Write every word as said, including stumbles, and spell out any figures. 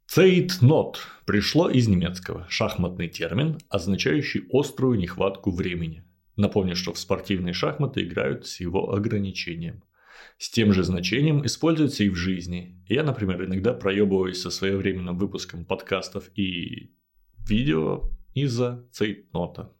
Цейтнот пришло из немецкого. Шахматный термин, означающий острую нехватку времени. Напомню, что в спортивные шахматы играют с его ограничением. С тем же значением используется и в жизни. Я, например, иногда проебываюсь со своевременным выпуском подкастов и видео из-за цейтнота.